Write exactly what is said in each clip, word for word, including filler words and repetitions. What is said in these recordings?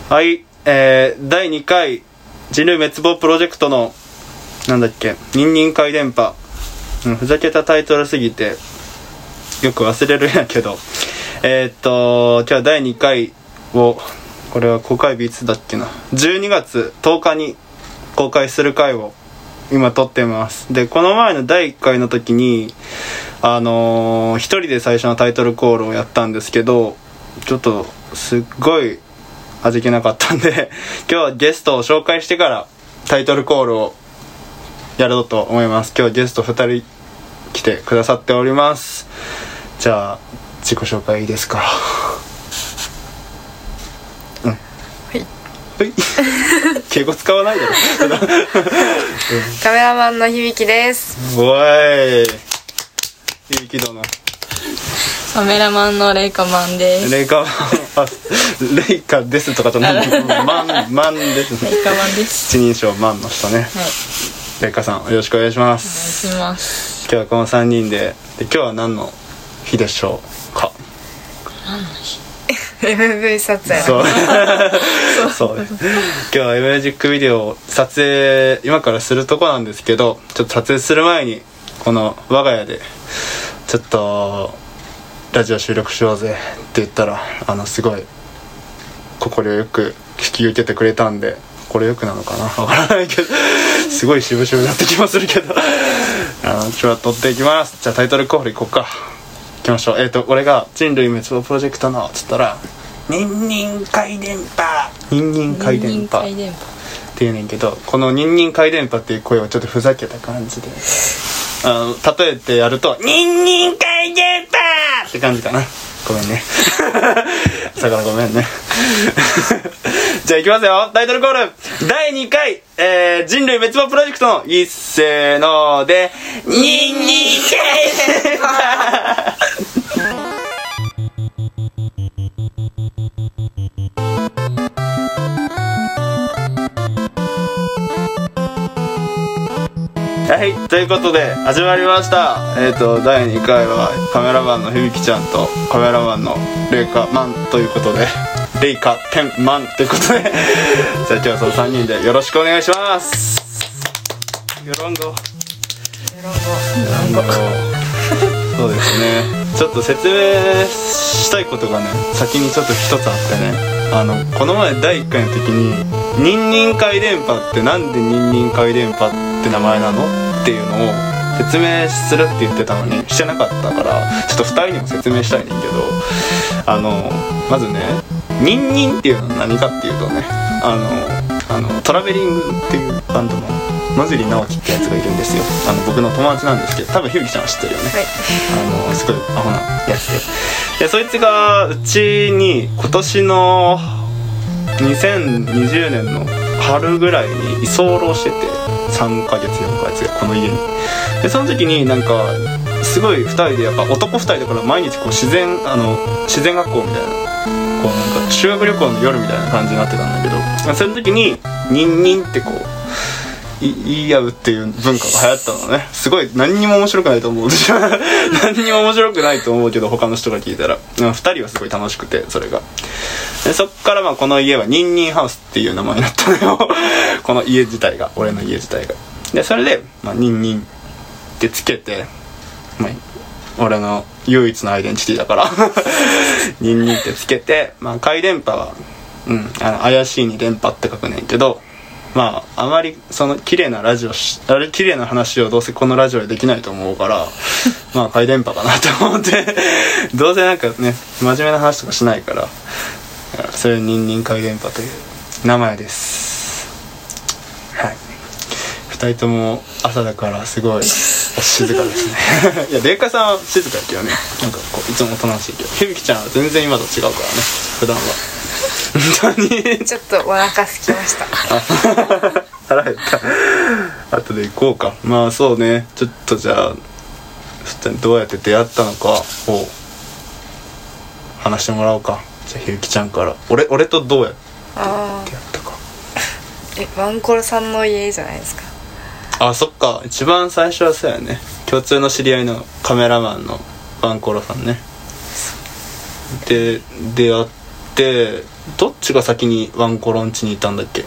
はい、えー、だいにかい人類滅亡プロジェクトのなんだっけ、ニンニン回電波、うん、ふざけたタイトルすぎてよく忘れるんやけど、えー、っと今日はだいにかいを、これは公開日いつだっけな、じゅうにがつとおかに公開する回を今撮ってます。でこの前のだいいっかいの時にあのー、一人で最初のタイトルコールをやったんですけど、ちょっとすっごい味気なかったんで今日はゲストを紹介してからタイトルコールをやろうと思います。今日はゲストふたり来てくださっております。じゃあ自己紹介いいですか？うん、はいはい敬語使わないだろカメラマンの響です。 おい響殿。 カメラマンのレイカマンです。 レイカマンあレイカですとかとマンマンですね。 レイカマンです。 一人称マンの人ね。はい。レイカさんよろしくお願いします。 お願いします。 今日はこのさんにんで、で今日は何の日でしょうか？ 何の日？ エムブイ 撮影。 そうそう今日は エム ミュージックビデオ撮影今からするとこなんですけど、ちょっと撮影する前にこの我が家でちょっとラジオ収録しようぜって言ったら、あのすごい心よく引き受けてくれたんで、これよくなのかなわからないけどすごい渋々になってきまするけどあの今日は撮っていきます。じゃあタイトルコールいこうか。いきましょう。えっ、ー、と俺が人類滅亡プロジェクトのつったらニンニン回電波ニンニン回電波っていうねんけど、このニンニン回電波っていう声をちょっとふざけた感じであの例えてやるとニンニン回電波って感じかな。ごめんねだからごめんねじゃあいきますよ。タイトルコールだいにかい、えー、人類滅亡プロジェクトの一斉のでニンニン回電波はい、ということで始まりました。えっ、ー、とだいにかいはカメラマンの響ちゃんとカメラマンのレイカマンということで、レイカテンマンということでじゃあ今日はそのさんにんでよろしくお願いします。よろんごよろんごそうですね、ちょっと説明したいことがね先にちょっと一つあってね、あのこの前だいいっかいの時にニンニン回電波ってなんでニンニン回電波って名前なのっていうのを説明するって言ってたのにしてなかったから、ちょっとふたりにも説明したいねんけど、あのまずねニンニンっていうのは何かっていうとね、あのあのトラベリングっていうバンドの野尻直樹ってやつがいるんですよ。あの僕の友達なんですけど、多分ひゅうきちゃんは知ってるよね、はい、あのすごいアホなやつで、でそいつがうちに今年のにせんにじゅうねんの春ぐらいに居候してて、さんかげつよんかげつこの家に。でその時になんかすごいふたりでやっぱ男ふたりだから毎日こう自然あの自然学校みたいな、こうなんか修学旅行の夜みたいな感じになってたんだけど、その時にニンニンってこう言い合うっていう文化が流行ったのね。すごい何にも面白くないと思う何にも面白くないと思うけど他の人が聞いたらふたりはすごい楽しくて、それがでそっからまあこの家はニンニンハウスっていう名前になったのよこの家自体が、俺の家自体が。でそれで、まあ、ニンニンってつけて、まあ、俺の唯一のアイデンティティだからニンニンってつけて、まあ、回電波は、うん、あの怪しいに電波って書くねんけど、まああまりその綺麗なラジオしあれ綺麗な話をどうせこのラジオでできないと思うからまあ回電波かなと思ってどうせなんかね真面目な話とかしないから、それニンニン回電波という名前です。はい、ふたりとも朝だからすごい静かですねいやレイカさんは静かだけどね、なんかこういつもおとなしいけど、響ちゃんは全然今と違うからね、普段は本当にちょっとお腹空きました腹減った後で行こうか。まあそうね、ちょっとじゃあどうやって出会ったのかを話してもらおうか。じゃあひゆきちゃんから。俺俺とどうやって出会ったか。 えワンコロさんの家じゃないですか。 あ、そっか、一番最初はそうやね、共通の知り合いのカメラマンのワンコロさんねで出会って、 どっちが先にワンコロン家にいたんだっけ？ え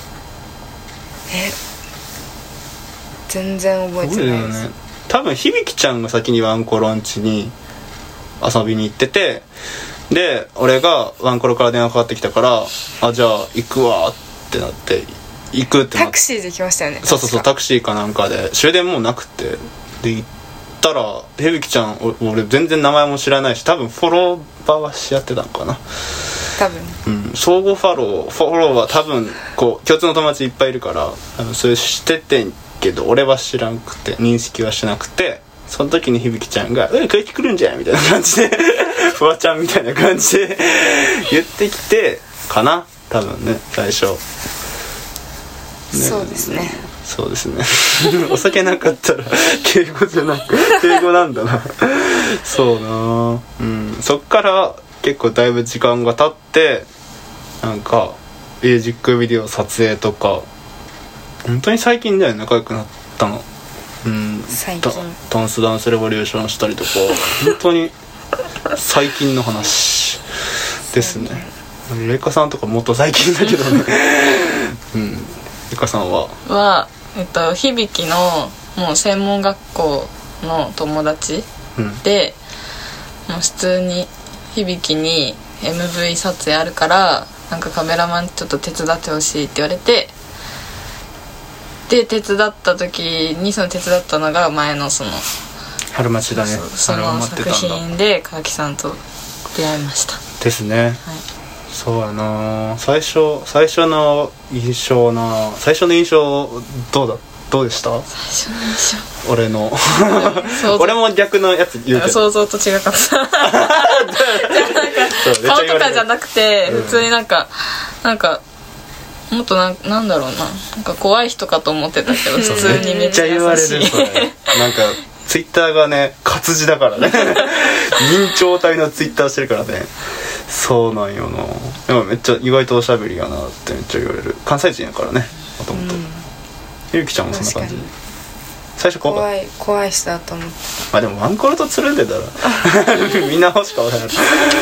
全然覚えてないです、ね、 多分響ちゃんが先にワンコロン家に遊びに行ってて、で俺がワンコロから電話かかってきたから、あじゃあ行くわってなって行くってなってタクシーで来ましたよね。 そうそうそう、タクシーかなんかで終電もうなくて、で行ったら響ちゃん、俺全然名前も知らないし、多分フォローバーはし合ってたのかな多分、 うん、相互フォローフォローは多分こう共通の友達いっぱいいるから多分それしててんけど、俺は知らんくて認識はしなくて、その時に響ちゃんが「え帰ってくるんじゃん」みたいな感じでフワちゃんみたいな感じで言ってきてかな多分ね最初ね。 そうですねそうですねお酒なかったら敬語じゃなく敬語なんだなそうな、うん、そっから結構だいぶ時間が経ってなんかミュージックビデオ撮影とか本当に最近だよね仲良くなったの。うん、 最近ダンスダンスレボリューションしたりとか本当に最近の話ですね。レイカさんとかもっと最近だけどねうんレイカさんははえっと響のもう専門学校の友達、うん、でもう普通に響に エムブイ 撮影あるからなんかカメラマンちょっと手伝ってほしいって言われて、で手伝った時にその手伝ったのが前のその春町だね。 その作品で川木さんと出会いましたですね、はい、そうやな。最初最初の印象な最初の印象どうだどうでした？ 最初の印象俺の俺も逆のやつ言うけど想像と違かったなんか顔とかじゃなくて、うん、普通になんかなんかもっとな、なんだろうな、なんか怖い人かと思ってたけど普通にめっちゃ優しい。めっちゃ言われるそれ。 なんかツイッターがね活字だからね明朝体のツイッターしてるからね。そうなんよな。でもめっちゃ意外とおしゃべりやなってめっちゃ言われる。関西人やからねもともと。ゆうきちゃんもそんな感じ。最初怖かった。 怖い怖い人だと思って。 まあでもワンコロとつるんでたらみんな欲しかおらへん、うん、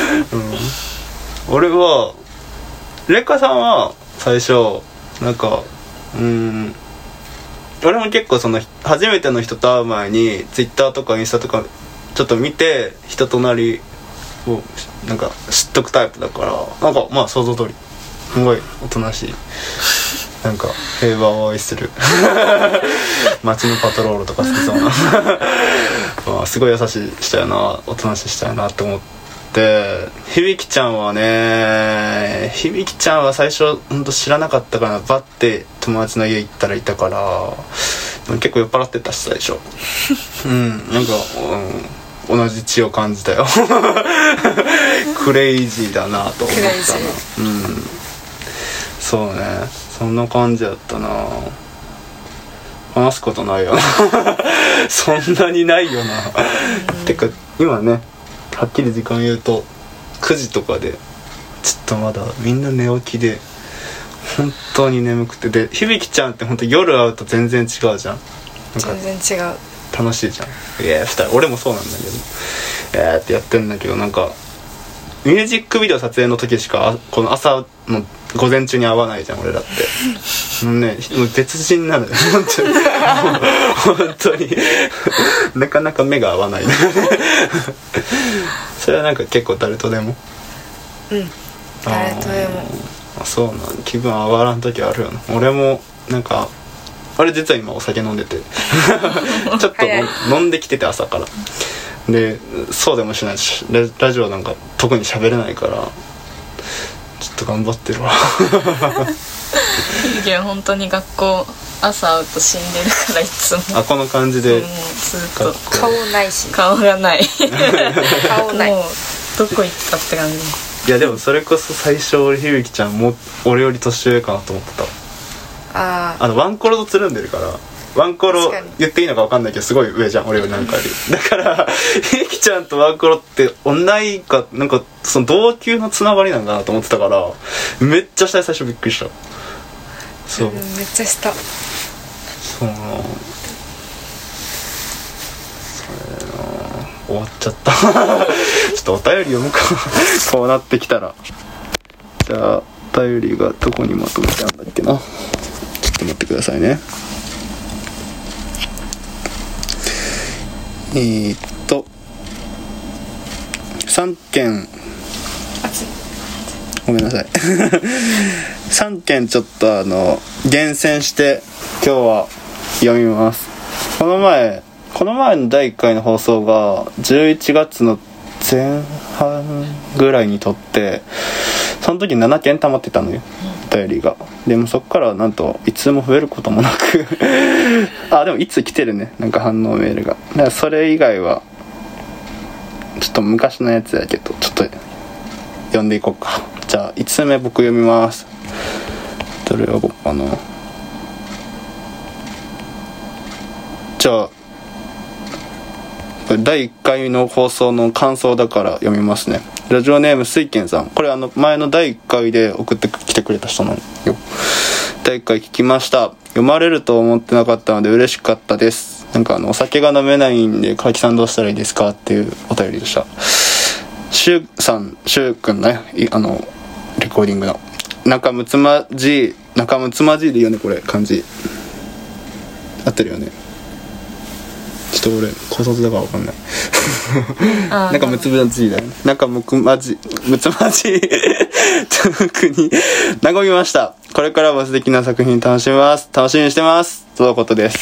俺はレッカさんは最初なんかうーん俺も結構その初めての人と会う前にツイッターとかインスタとかちょっと見て人となりをなんか知っとくタイプだからなんかまあ想像通りすごいおとなしいなんか平和を愛する街のパトロールとか好きそうなまあすごい優しい人やなおとなしい人やなって思って響ちゃんはね響ちゃんは最初ほんと知らなかったからバッて友達の家行ったらいたからでも結構酔っ払ってたし最初うんなんか、うん、同じ血を感じたよクレイジーだなと思ったなうんそうねそんな感じやったな話すことないよなそんなにないよなてか今ねはっきり時間言うとくじとかでちょっとまだみんな寝起きで本当に眠くてで響ちゃんって本当夜会うと全然違うじゃんなんか全然違う楽しいじゃんいやふたり俺もそうなんだけどえーってやってんだけどなんかミュージックビデオ撮影の時しかこの朝の午前中に会わないじゃん俺らってもうねもう別人なのよ本当に本当になかなか目が合わないそれはなんか結構誰とでもうん誰とでもあそうなん気分上がらん時あるよな俺もなんか俺実は今お酒飲んでてちょっと飲んできてて朝からでそうでもしないしラジオなんか特に喋れないからちょっと頑張ってるわいや本当に学校朝会うと死んでるからいつもあこの感じでずっと顔ないし顔がない顔ないもうどこ行ったって感じいやでもそれこそ最初俺響ちゃんも俺より年上かなと思ってたああのワンコロとつるんでるからワンコロ言っていいのか分かんないけどすごい上じゃん俺よりなんかよりだから響ちゃんとワンコロって同いかなんかその同級のつながりなんだなと思ってたからめっちゃしたい最初びっくりしたそう、うん、 めっちゃしたそうなそれな終わっちゃったちょっとお便り読むかこうなってきたらじゃあお便りがどこにまとめてあるんだっけな。ちょっと待ってくださいね。えーっとさんけん、ごめんなさいさんけんちょっとあの厳選して今日は読みます。この前この前のだいいっかいの放送がじゅういちがつの前半ぐらいに撮って、その時ななけん溜まってたのよ、お便りが。でもそっからなんといつも増えることもなくあ、でもいつ来てるね、なんか反応メールが。だからそれ以外はちょっと昔のやつやけど、ちょっと読んでいこうか。じゃあいつつめ僕読みます。どれ読もうかな。じゃあだいいっかいの放送の感想だから読みますね。ラジオネーム水賢さん、これあの前のだいいっかいで送ってきてくれた人なのよ。だいいっかい聞きました。読まれると思ってなかったので嬉しかったです。なんかあのお酒が飲めないんで川木さんどうしたらいいですかっていうお便りでした。シュウさん、シュウくんね、あのレコーディングの仲睦まじい、仲睦まじいでいいよね、これ漢字合ってるよね。ちょっと俺高卒だから分かんないなんかむつまじいだよね。なんかむくまじむつまじい特に和みました。これからも素敵な作品楽しみます楽しみにしてますとのことです。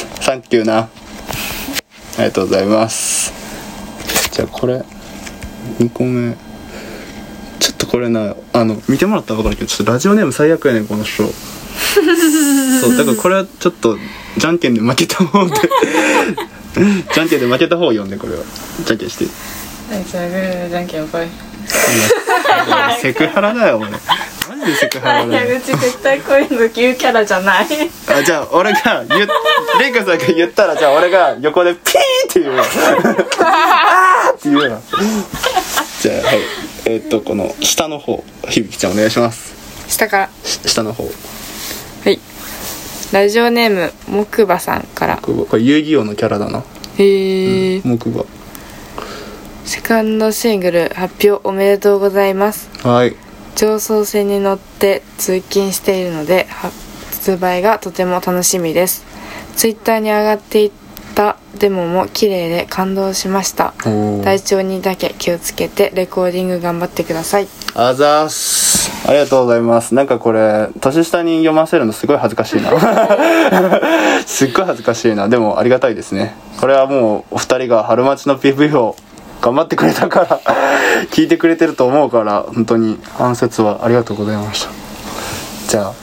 サンキューな、ありがとうございます。じゃあこれにこめ、ちょっとこれな、あの見てもらったら分かるけど、ちょっとラジオネーム最悪やねんこの人そうだからこれはちょっとじゃんけんで負けた方でじゃんけんで負けた方を読んで、これはじゃんけんしてはいじゃあグーじゃんけんぽいセクハラだよ俺、マジでセクハラだよ。 いやうち絶対こういうの言うキャラじゃないあ、じゃあ俺が言っレイカさんが言ったら、じゃあ俺が横でピーって言うわあーって言うわじゃあはい、えー、っとこの下の方、響ちゃんお願いします。 下から下の方、 はい。ラジオネーム木馬さんから。 これ遊戯王のキャラだな。 へえ、 うん、木馬。 セカンドシングル発表おめでとうございます。 はい。 常総線に乗って通勤しているので発売がとても楽しみです。ツイッターに上がっていたデモも綺麗で感動しました。体調にだけ気をつけてレコーディング頑張ってください。 あざーす、ありがとうございます。なんかこれ年下に読ませるのすごい恥ずかしいなすっごい恥ずかしいな。でもありがたいですね。これはもうお二人が春町の ピーブイ を頑張ってくれたから聞いてくれてると思うから、本当に暗説はありがとうございました。じゃあ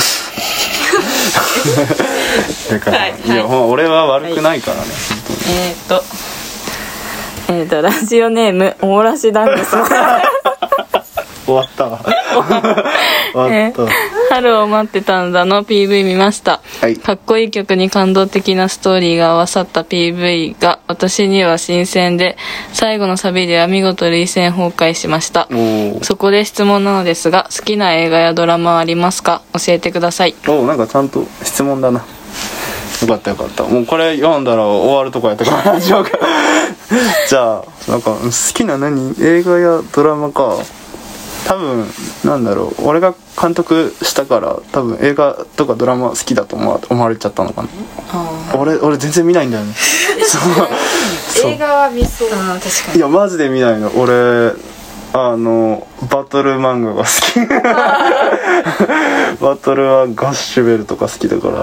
だから、はいはい、いやもう俺は悪くないからね、はい、 えー、っとえー、っとラジオネームおもらし団子さん終わったわ終わった、えー、 春を待ってたんだの ピーブイ 見ました、はい、かっこいい曲に感動的なストーリーが合わさった ピーブイ が私には新鮮で、最後のサビでは見事涙腺崩壊しました。そこで質問なのですが、好きな映画やドラマはありますか？教えてください。 お、なんかちゃんと質問だな。よかったよかった。もうこれ読んだら終わるとこやったからじゃあなんか好きな何映画やドラマか。多分なんだろう、俺が監督したから多分映画とかドラマ好きだと思わ、思われちゃったのかな。俺俺全然見ないんだよねそう映画は見そう。あ、確かに。 いやマジで見ないの俺。あのバトル漫画が好きバトルはガッシュベルとか好きだから。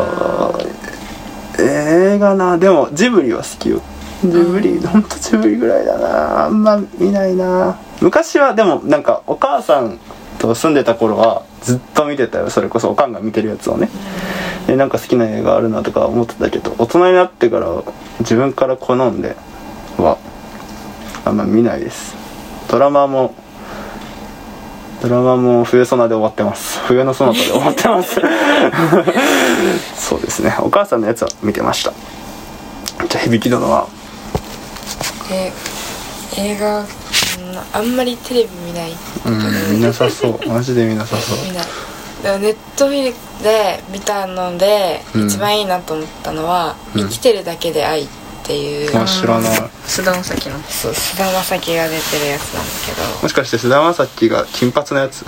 映画な、でもジブリは好きよ。ジブリ、ほんとジブリぐらいだな。あんま見ないな。昔はでもなんかお母さんと住んでた頃はずっと見てたよ。それこそおかんが見てるやつをね。でなんか好きな映画あるなとか思ってたけど、大人になってから自分から好んではあんま見ないです。ドラマもドラマも冬ソナで終わってます。冬のソナタで終わってますそうですね、お母さんのやつは見てました。じゃあ響き殿はえ映画あんまりテレビ見ない。 うん、見なさそうマジで見なさそう。 見ない。でもネットフィリで見たので、うん、一番いいなと思ったのは、うん、生きてるだけで愛っていう、 あ、知らない。 菅田将暉の。 そう、菅田将暉が出てるやつなんだけど。 もしかして菅田将暉が金髪のやつ？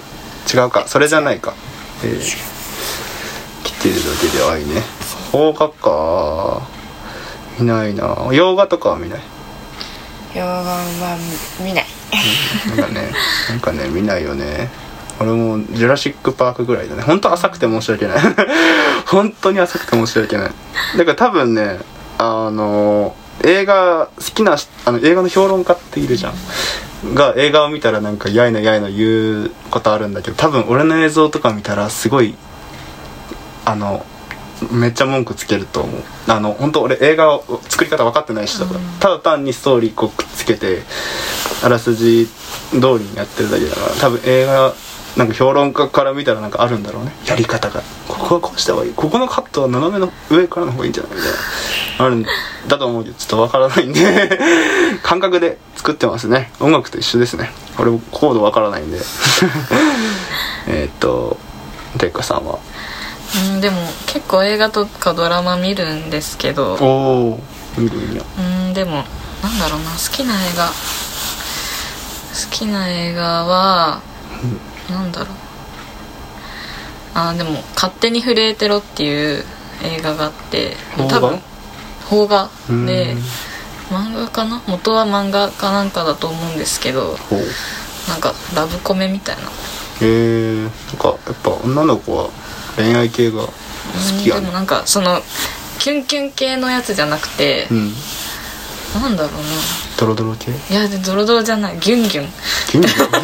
違うか、それじゃないか。えー、来てるだけで愛ね。邦画か見ないな。洋画とかは見ない。 洋画は見ない、 うん、なんかねなんかね見ないよね。俺もジュラシックパークぐらいだね。本当浅くて申し訳ない本当に浅くて申し訳ない。だから多分ね、あの映画好きなあの映画の評論家っているじゃんが、映画を見たらなんかやいのやいの言うことあるんだけど、多分俺の映像とか見たらすごいあのめっちゃ文句つけると思う。あの本当俺映画を作り方分かってない人だから、ただ単にストーリーこうくっつけてあらすじ通りにやってるだけだから、多分映画なんか評論家から見たらなんかあるんだろうね、やり方が。ここはこうした方がいい、ここのカットは斜めの上からの方がいいんじゃないみたいなあるんだと思うけど、ちょっとわからないんで感覚で作ってますね。音楽と一緒ですね。俺もコードわからないんでえっとてっかさんは？ うん、でも結構映画とかドラマ見るんですけど、 おー見るんや。 うんでもなんだろうな、好きな映画好きな映画は、うん、なんだろう、あでも勝手に震えてろっていう映画があって、多分邦画で漫画かな、元は漫画かなんかだと思うんですけど、なんかラブコメみたいな。 へえ、なんかやっぱ女の子は恋愛系が好きやね。 でもなんかそのキュンキュン系のやつじゃなくて、うん、なんだろうな、 ドロドロ系？ いやドロドロじゃない、ギュンギュンギュンギュン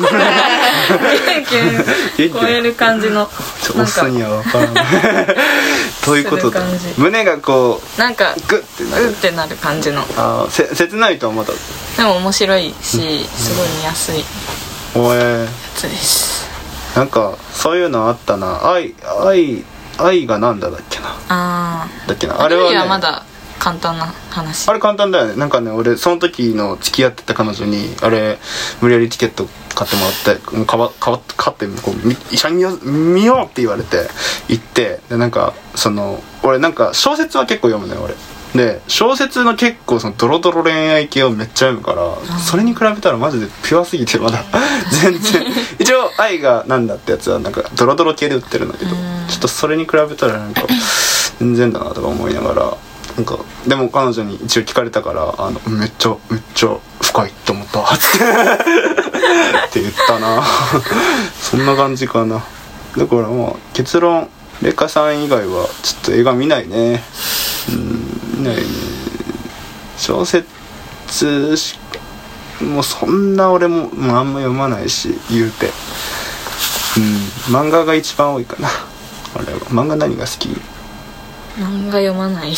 ギュン超える感じのちょおっさんには分からないどういうことだ。胸がこうなんかグッてなるグッてなる感じの。 あせ切ないと思った。 でも面白いし、すごい見やすいおえやつです。 なんかそういうのあったな。愛愛愛がなんだだっけな。 あだっけな。あれは、ね、 愛はまだ簡単な話。 あれ簡単だよね。なんかね、俺その時の付き合ってた彼女にあれ無理やりチケット買ってもらって、もうかわかわ買ってこう一緒に見ようって言われて行って、でなんかその俺なんか小説は結構読むのよ俺。で小説の結構そのドロドロ恋愛系をめっちゃ読むから、それに比べたらマジでピュアすぎてまだ全然一応愛がなんだってやつはなんかドロドロ系で売ってるんだけど、ちょっとそれに比べたらなんか全然だなとか思いながら、なんかでも彼女に一応聞かれたから、あのめっちゃめっちゃ深いって思ったって言ったなそんな感じかな。だからまあ結論、レカさん以外はちょっと映画見ないね。うん見ないね。小説しもうそんな俺も、もうあんま読まないし言うて、うん漫画が一番多いかな。俺は漫画何が好き？ 漫画読まないです。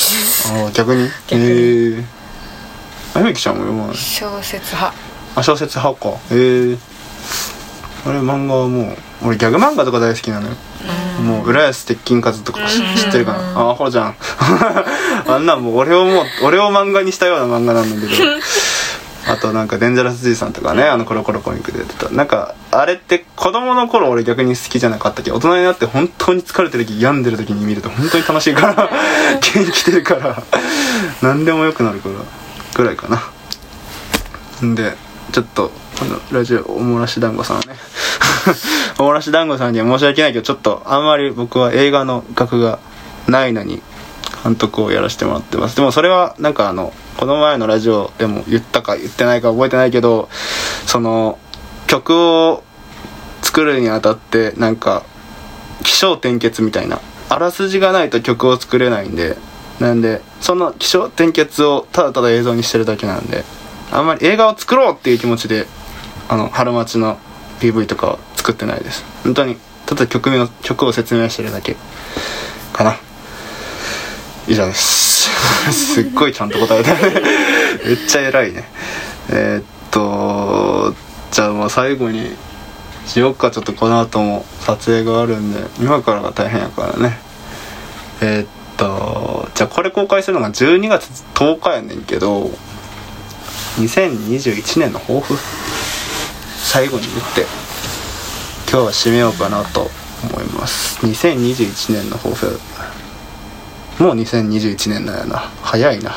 あ逆に逆にへえ。あゆみきちゃんも読まない？ 小説派。 あ小説派か。へえ。あれ漫画はもう俺ギャグ漫画とか大好きなのよ。もう浦安鉄筋カズとか知ってるかな。あアホじゃんあんなんもう俺をもう俺を漫画にしたような漫画なんだけどあとなんかデンジャラス G さんとかね、あのコロコロコミックでやってた。なんかあれって子供の頃俺逆に好きじゃなかったけど、大人になって本当に疲れてる時、病んでる時に見ると本当に楽しいから元気出るから何でもよくなるからぐらいかな。んでちょっとこのラジオおもらし団子さんねおもらし団子さんには申し訳ないけど、ちょっとあんまり僕は映画の学がないのに監督をやらせてもらってます。でもそれはなんかあのこの前のラジオでも言ったか言ってないか覚えてないけど、その曲を作るにあたってなんか起承転結みたいなあらすじがないと曲を作れないんで、なんでその起承転結をただただ映像にしてるだけなんで、あんまり映画を作ろうっていう気持ちであの春町の ピーブイ とかは作ってないです。本当にただ曲名の曲を説明してるだけかな。以上ですすっごいちゃんと答えたねめっちゃ偉いね。えー、っとじゃあまあ最後にしよっか。ちょっとこの後も撮影があるんで今からが大変やからね。えー、っとじゃあこれ公開するのがじゅうにがつとおかやねんけど、にせんにじゅういちねんの抱負最後に言って今日は締めようかなと思います。にせんにじゅういちねんの抱負、もうにせんにじゅういちねんなんやな。早いな、うん、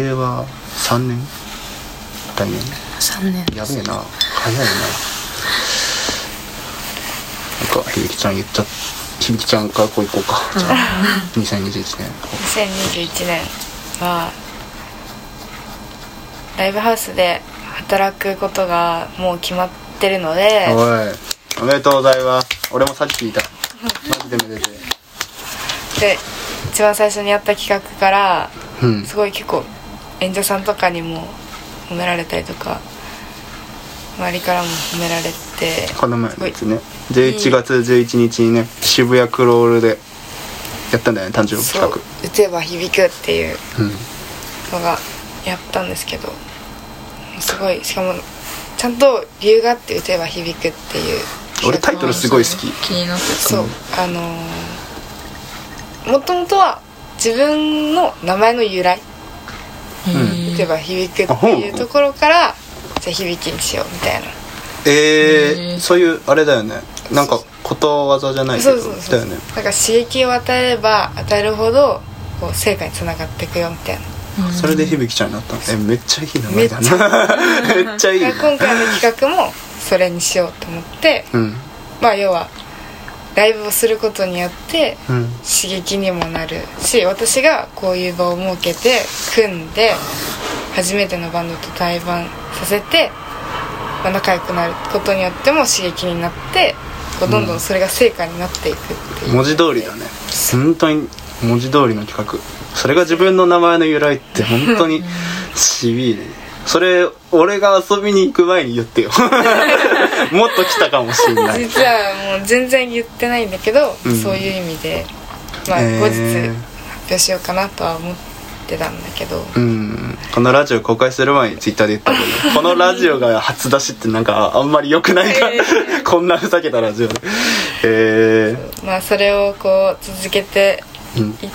れいわさんねん来年さんねんやべえな、早いな。 響ちゃん言っちゃ響ちゃんからこう行こうか、じゃあにせんにじゅういちねんにせんにじゅういちねんはライブハウスで働くことがもう決まってるので、 おいおめでとうございます。俺もさっき聞いたマジでめでてで一番最初にやった企画から、 うん、 すごい結構演者さんとかにも褒められたりとか周りからも褒められて、 この前ですねじゅういちがつじゅういちにちにね渋谷クロールでやったんだよね、誕生日企画。 打てば響くっていうのがやったんですけど、すごいしかもちゃんと理由があって打てば響くっていう。 俺タイトルすごい好き。 気になってた。 そう、あのー、もともとは自分の名前の由来、打てば響くっていうところからじゃあ響きにしようみたいな。 えー、そういうあれだよね、なんかことわざじゃないけど、 そうそうそう、 だよね。 なんか刺激を与えれば与えるほどこう成果につながっていくよみたいな。 それで響ちゃんになったの。えめっちゃいい名前だな。めっちゃいい。 今回の企画もそれにしようと思って、うん、まあ要はライブをすることによって刺激にもなるし、私がこういう場を設けて組んで初めてのバンドと対バンさせて、まあ、仲良くなることによっても刺激になって、こうどんどんそれが成果になっていくっていう、 文字通りだね。本当に文字通りの企画。それが自分の名前の由来って本当にしびれ。それ俺が遊びに行く前に言ってよ。もっと来たかもしれない。 実はもう全然言ってないんだけど、うん、そういう意味で、まあ、後日発表しようかなとは思ってたんだけど、 うん、このラジオ公開する前にツイッターで言ったけど、このラジオが初出しってなんかあんまり良くないか、えー、こんなふざけたラジオで、えー、 まあそれをこう続けていって、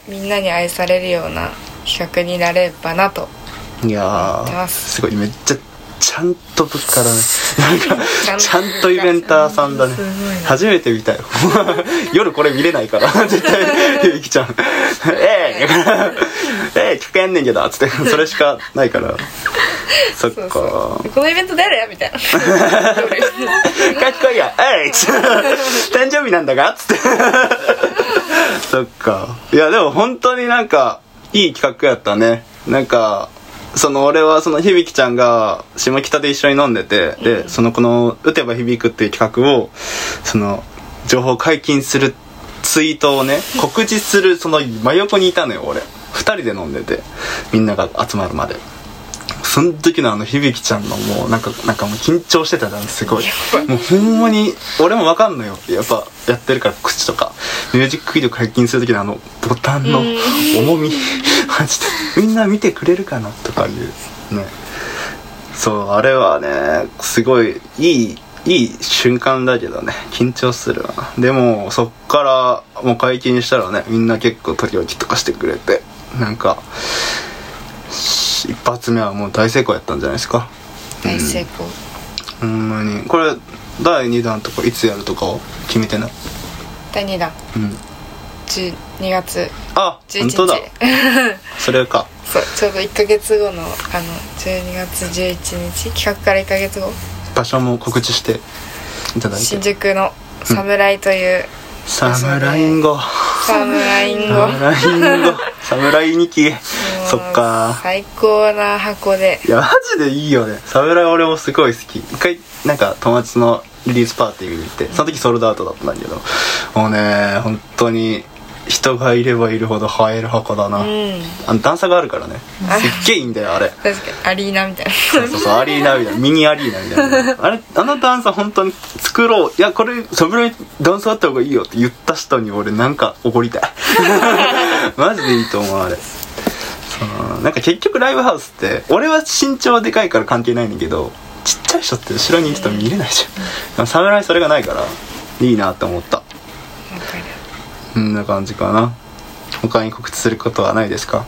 うん、みんなに愛されるような企画になればなと。 いやーすごい、めっちゃちゃんとぶっからね。なんかちゃんとイベンターさんだね。初めて見たよ。夜これ見れないから絶対ゆきちゃんええー、ええー、聞けんねんけどつってそれしかないから。そっか、そうそう、 このイベント誰やみたいな。かっこいいや、えい誕生日なんだがつって。そっか。いやでも本当になんかいい企画やったね。なんかその俺はその響ちゃんが下北で一緒に飲んでて、でそのこの打てば響くっていう企画をその情報解禁するツイートをね告知するその真横にいたのよ。俺ふたりで飲んでて、みんなが集まるまで。その時のあの響ちゃんのもうなんかなんかもう緊張してたじゃん、すごい。もうほんまに俺も分かんのよ、やっぱやってるから。口とかミュージックビデオ解禁する時のあのボタンの重みマジでみんな見てくれるかなとかいうね。そうあれはねすごいいいいい瞬間だけどね、緊張するわな。でもそっからもう解禁したらね、みんな結構取り置きとかしてくれて、なんか一発目はもう大成功やったんじゃないですか。 大成功、 うん、ほんまに。これだいにだんとかいつやるとかを決めてない？ だいにだん、うん、じゅうにがつあじゅういちにち。 本当だそれか。 そうちょうどいっかげつごのあのじゅうにがつじゅういちにち、企画からいっかげつご。 場所も告知していただいて、 新宿のサムライという、うん、 サムラインゴサムラインゴサムラインゴサムライにきそっか、 最高な箱で。 いやマジでいいよね、サムライ。俺もすごい好き。一回なんか友達のリリースパーティーに行って、その時ソールドアウトだったんだけど、もうね本当に人がいればいるほど映える箱だな、うん、あの段差があるからね、すっげえいいんだよあれ。 確かにアリーナみたいな。 そうそうそう、アリーナみたいな、ミニアリーナみたいな。あれあの段差本当に作ろう、いやこれサムライ段差あった方がいいよって言った人に俺なんか怒りたい。マジでいいと思うあれ。そうなんか結局ライブハウスって俺は身長でかいから関係ないんだけど、ちっちゃい人って後ろにいる人見れないじゃん。サムライそれがないからいいなって思った。こんな感じかな。他に告知することはないですか？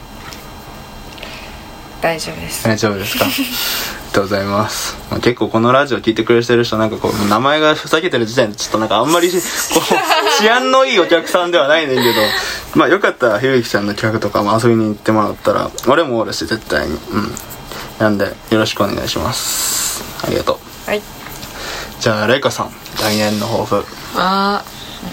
大丈夫です。 大丈夫ですか？ありがとうございます。まあ、結構このラジオ聞いてくれてる人なんかこう名前がふざけてる時点でちょっとなんかあんまりこう治安のいいお客さんではないねんけど、まあよかったらひろゆきちゃんの企画とかも遊びに行ってもらったら俺もおるし絶対に、うん、なんでよろしくお願いします。ありがとう。 はい。 じゃあレイカさん、来年の抱負はう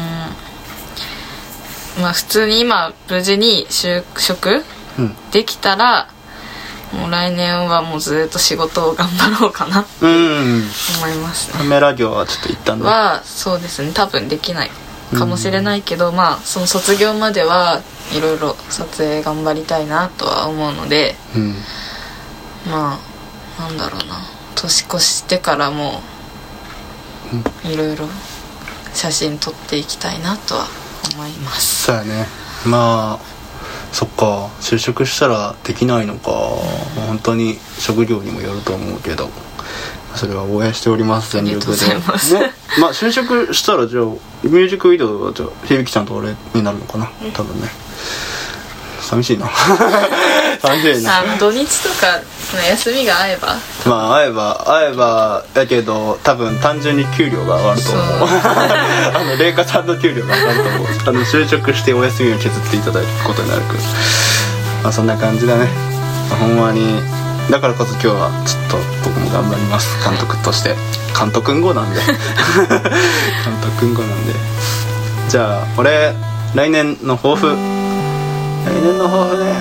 ーんまあ普通に今無事に就職できたら、うん、もう来年はもうずっと仕事を頑張ろうかなって思いますね。 カメラ業はちょっと一旦ねはそうですね、多分できないかもしれないけど、うん、まあその卒業まではいろいろ撮影頑張りたいなとは思うので、うん、まあなんだろうな、年越してからもいろいろ写真撮っていきたいなとは思います。 そうやね。まあそっか、就職したらできないのか、本当に職業にもよると思うけど、それは応援しております、全力で。ありがとうございます、ね、まあ就職したらじゃあミュージックビデオはじゃあ響ちゃんと俺になるのかな、多分ね。寂しいな寂しいな。 あの土日とか休みが合えば、 まあ合えば合えばだけど多分単純に給料が上がると思うあの麗華さんの給料が上がると思うあの就職してお休みを削っていただくことになるから、まあそんな感じだね、まあ、ほんまにだからこそ今日はちょっと僕も頑張ります、監督として。監督んごなんで監督んごなんで。じゃあ俺来年の抱負、来年の抱負ね、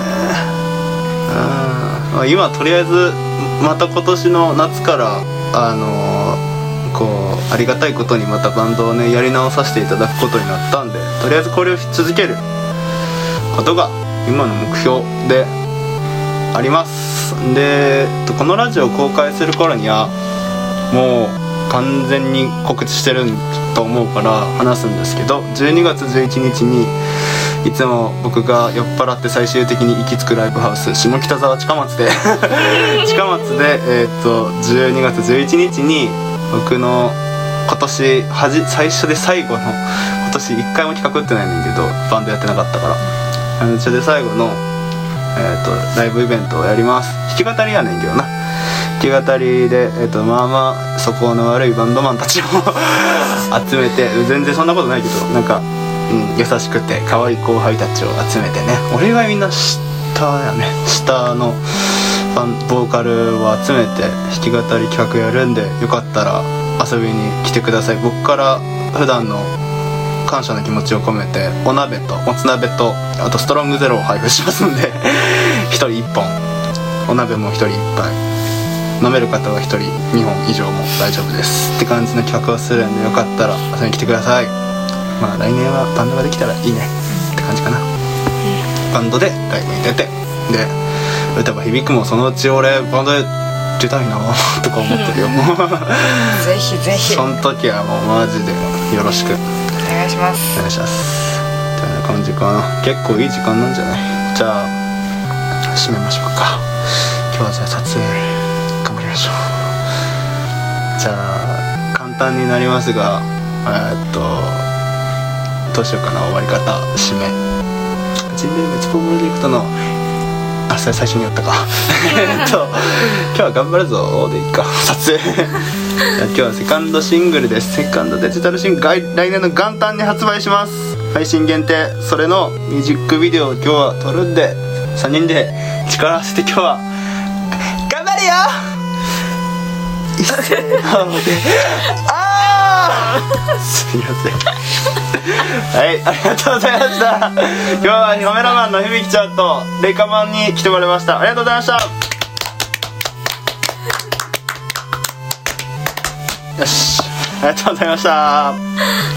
あ今とりあえずまた今年の夏からあのー、こうありがたいことにまたバンドをねやり直させていただくことになったんで、とりあえずこれをし続けることが今の目標であります。でこのラジオを公開する頃にはもう完全に告知してると思うから話すんですけど、じゅうにがつじゅういちにちにいつも僕が酔っ払って最終的に行き着くライブハウス下北沢近松で近松で、えー、とじゅうにがつじゅういちにちに僕の今年はじ最初で最後の、今年いっかいも企画ってないんだけどバンドやってなかったから、最初で最後の、えー、とライブイベントをやります。弾き語りやねんけどな、弾き語りで、えー、とまあまあ素行の悪いバンドマンたちを集めて、全然そんなことないけどなんかうん、優しくて可愛い後輩たちを集めてね、俺はみんな下やね、下のボーカルを集めて弾き語り企画やるんで、よかったら遊びに来てください。僕から普段の感謝の気持ちを込めてお鍋ともつ鍋とあとストロングゼロを配布しますんでひとりいっぽん、お鍋もひとりいっぱい、飲める方はひとりにほん以上も大丈夫ですって感じの企画をするんで、よかったら遊びに来てください。まあ来年はバンドができたらいいねって感じかな。バンドでライブに出て、で歌が響くもそのうち俺バンドで出たいなとか思ってるよぜひぜひその時はもうマジでよろしくお願いします。 お願いします。ってな感じかな。結構いい時間なんじゃない。じゃあ締めましょうか。今日はじゃあ撮影頑張りましょう。じゃあ簡単になりますが、えー、っとどうしようかな、終わり方締め。人類滅亡プロジェクトのあ、それ最初に言ったかえっと今日は頑張るぞでいいか撮影今日はセカンドシングルです。セカンドデジタルシングル来年の元旦に発売します。配信限定。それのミュージックビデオを今日は撮るんで、さんにんで力を合わせて今日は頑張るよ一斉のであーすいませんはい、ありがとうございました。今日はカメラマンの響ちゃんとレイカマンに来てもらいました。ありがとうございました。よし、ありがとうございました。